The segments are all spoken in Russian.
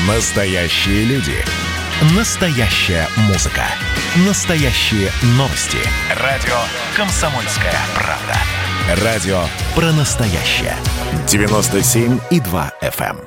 Настоящие люди. Настоящая музыка. Настоящие новости. Радио «Комсомольская правда». Радио про настоящее. 97,2 FM.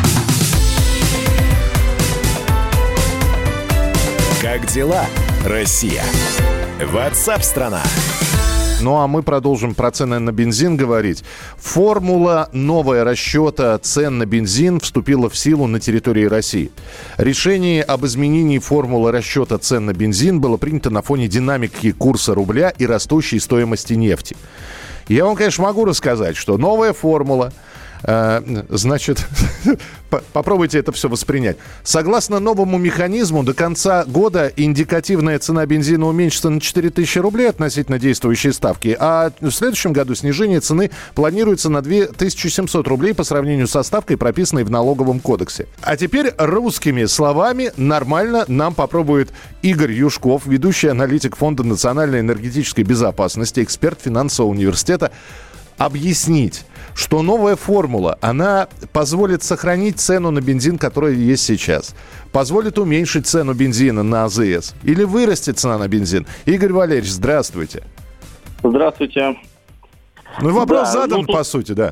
Как дела, Россия? WhatsApp-страна. Ну, а мы продолжим про цены на бензин говорить. Формула новая расчета цен на бензин вступила в силу на территории России. Решение об изменении формулы расчета цен на бензин было принято на фоне динамики курса рубля и растущей стоимости нефти. Я вам, конечно, могу рассказать, что новая формула... Значит, попробуйте это все воспринять. Согласно новому механизму, до конца года индикативная цена бензина уменьшится на 4000 рублей относительно действующей ставки, а в следующем году снижение цены планируется на 2700 рублей по сравнению со ставкой, прописанной в налоговом кодексе. А теперь русскими словами нормально нам попробует Игорь Юшков, ведущий аналитик Фонда национальной энергетической безопасности, эксперт финансового университета, объяснить, что новая формула, она позволит сохранить цену на бензин, которая есть сейчас, позволит уменьшить цену бензина на АЗС или вырастет цена на бензин. Игорь Валерьевич, здравствуйте. Здравствуйте. Ну, вопрос задан, по сути, да.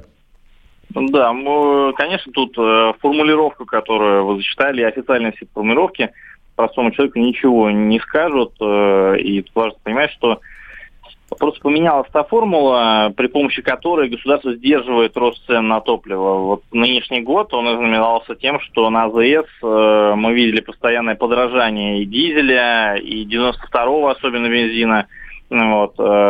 Да, конечно, тут формулировка, которую вы зачитали, официальные все формулировки, простому человеку ничего не скажут, и важно понимать, что просто поменялась та формула, при помощи которой государство сдерживает рост цен на топливо. Вот нынешний год он знаменовался тем, что на АЗС мы видели постоянное подорожание и дизеля, и 92-го, особенно бензина. Вот,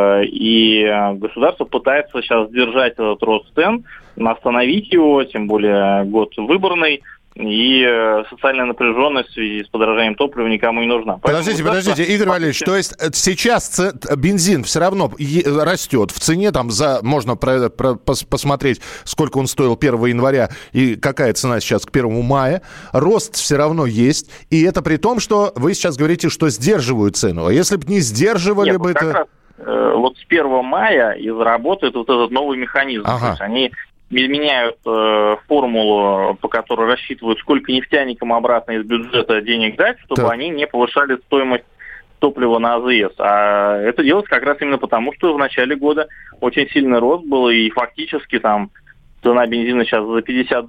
и государство пытается сейчас сдержать этот рост цен, остановить его, тем более год выборный. И социальная напряженность в связи с подорожанием топлива никому не нужна. Подождите, Игорь Валерьевич, то есть сейчас бензин все равно растет в цене, там можно посмотреть, сколько он стоил 1 января и какая цена сейчас к 1 мая. Рост все равно есть, и это при том, что вы сейчас говорите, что сдерживают цену. А если бы не сдерживали бы это... Вот с 1 мая и заработает вот этот новый механизм. Ага. То есть они меняют формулу, по которой рассчитывают, сколько нефтяникам обратно из бюджета денег дать, чтобы они не повышали стоимость топлива на АЗС. А это делается как раз именно потому, что в начале года очень сильный рост был, и фактически там цена бензина сейчас за 50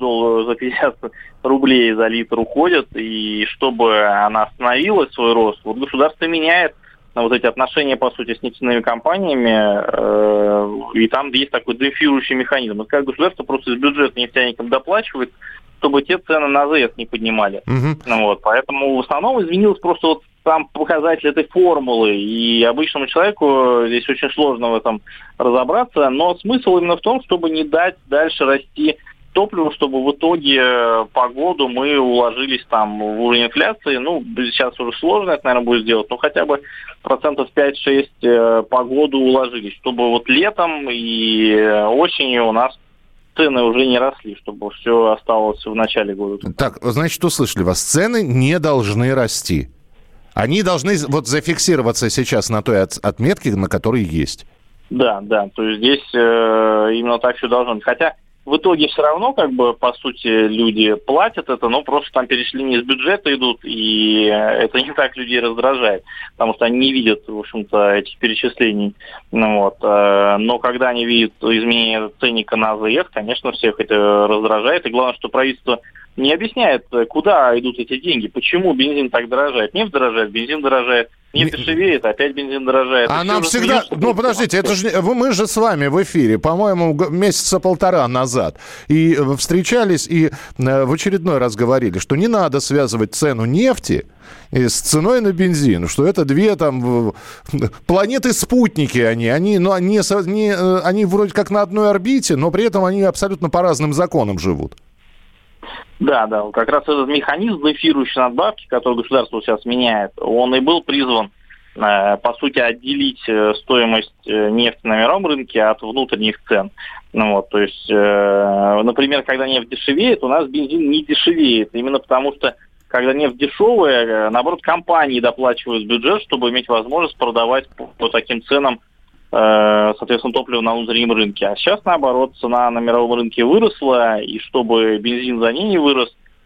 рублей за литр уходит, и чтобы она остановила свой рост, вот государство меняет вот эти отношения, по сути, с нефтяными компаниями, и там есть такой демпфирующий механизм. Это как государство просто из бюджета нефтяникам доплачивает, чтобы те цены на АЗС не поднимали. Вот, поэтому в основном изменилось просто вот сам показатель этой формулы, и обычному человеку здесь очень сложно в этом разобраться, но смысл именно в том, чтобы не дать дальше расти топливу, чтобы в итоге по году мы уложились там в уровень инфляции. Ну, сейчас уже сложно это, наверное, будет сделать, но хотя бы 5-6% по году уложились, чтобы вот летом и осенью у нас цены уже не росли, чтобы все осталось в начале года. Так, значит, услышали вас, цены не должны расти. Они должны вот зафиксироваться сейчас на той отметке, на которой есть. Да, то есть здесь именно так все должно быть. Хотя в итоге все равно, как бы, по сути, люди платят это, но просто там перешли не из бюджета идут, и это не так людей раздражает, потому что они не видят, в общем-то, этих перечислений. Но когда они видят изменение ценника на АЗС, конечно, всех это раздражает, и главное, что правительство не объясняет, куда идут эти деньги, почему бензин так дорожает. Нефть дорожает, бензин дорожает. Нефть дешевеет, опять бензин дорожает. А нам всегда... подождите, это же мы же с вами в эфире, по-моему, месяца полтора назад. И встречались, и в очередной раз говорили, что не надо связывать цену нефти с ценой на бензин, что это две там планеты-спутники они вроде как на одной орбите, но при этом они абсолютно по разным законам живут. Да, как раз этот механизм демпфирующей надбавки, который государство сейчас меняет, он и был призван, по сути, отделить стоимость нефти на мировом рынке от внутренних цен. То есть, например, когда нефть дешевеет, у нас бензин не дешевеет, именно потому что, когда нефть дешевая, наоборот, компании доплачивают в бюджет, чтобы иметь возможность продавать по таким ценам, соответственно, топливо на внутреннем рынке. А сейчас, наоборот, цена на мировом рынке выросла, и чтобы бензин за ней не вырос,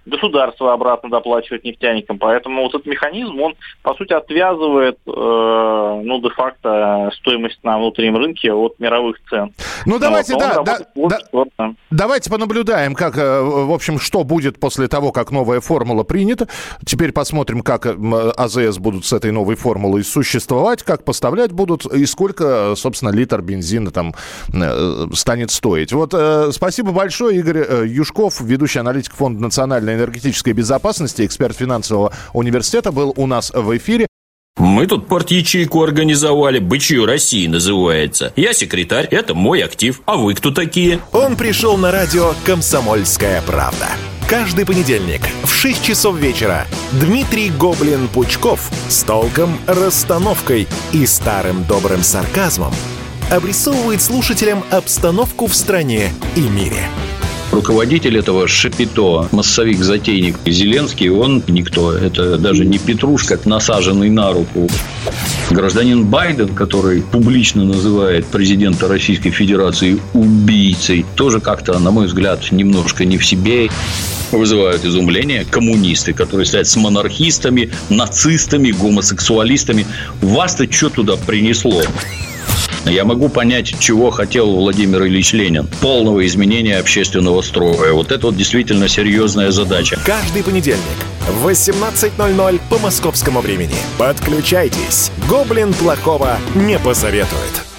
государство обратно доплачивает нефтяникам. Поэтому вот этот механизм, он, по сути, отвязывает, де-факто стоимость на внутреннем рынке от мировых цен. Давайте, давайте понаблюдаем, как, в общем, что будет после того, как новая формула принята. Теперь посмотрим, как АЗС будут с этой новой формулой существовать, как поставлять будут и сколько, собственно, литр бензина там станет стоить. Вот, спасибо большое, Игорь Юшков, ведущий аналитик Фонда национальной энергетической безопасности, эксперт финансового университета, был у нас в эфире. Мы тут порт-ячейку организовали, «Бычье России» называется. Я секретарь, это мой актив. А вы кто такие? Он пришел на радио «Комсомольская правда». Каждый понедельник в 6 часов вечера Дмитрий Гоблин-Пучков с толком, расстановкой и старым добрым сарказмом обрисовывает слушателям обстановку в стране и мире. Руководитель этого шапито, массовик-затейник Зеленский, он никто. Это даже не петрушка, насаженный на руку. Гражданин Байден, который публично называет президента Российской Федерации убийцей, тоже как-то, на мой взгляд, немножко не в себе. Вызывают изумление коммунисты, которые стоят с монархистами, нацистами, гомосексуалистами. Вас-то что туда принесло? Я могу понять, чего хотел Владимир Ильич Ленин. Полного изменения общественного строя. Вот это вот действительно серьезная задача. Каждый понедельник в 18:00 по московскому времени. Подключайтесь. Гоблин плохого не посоветует.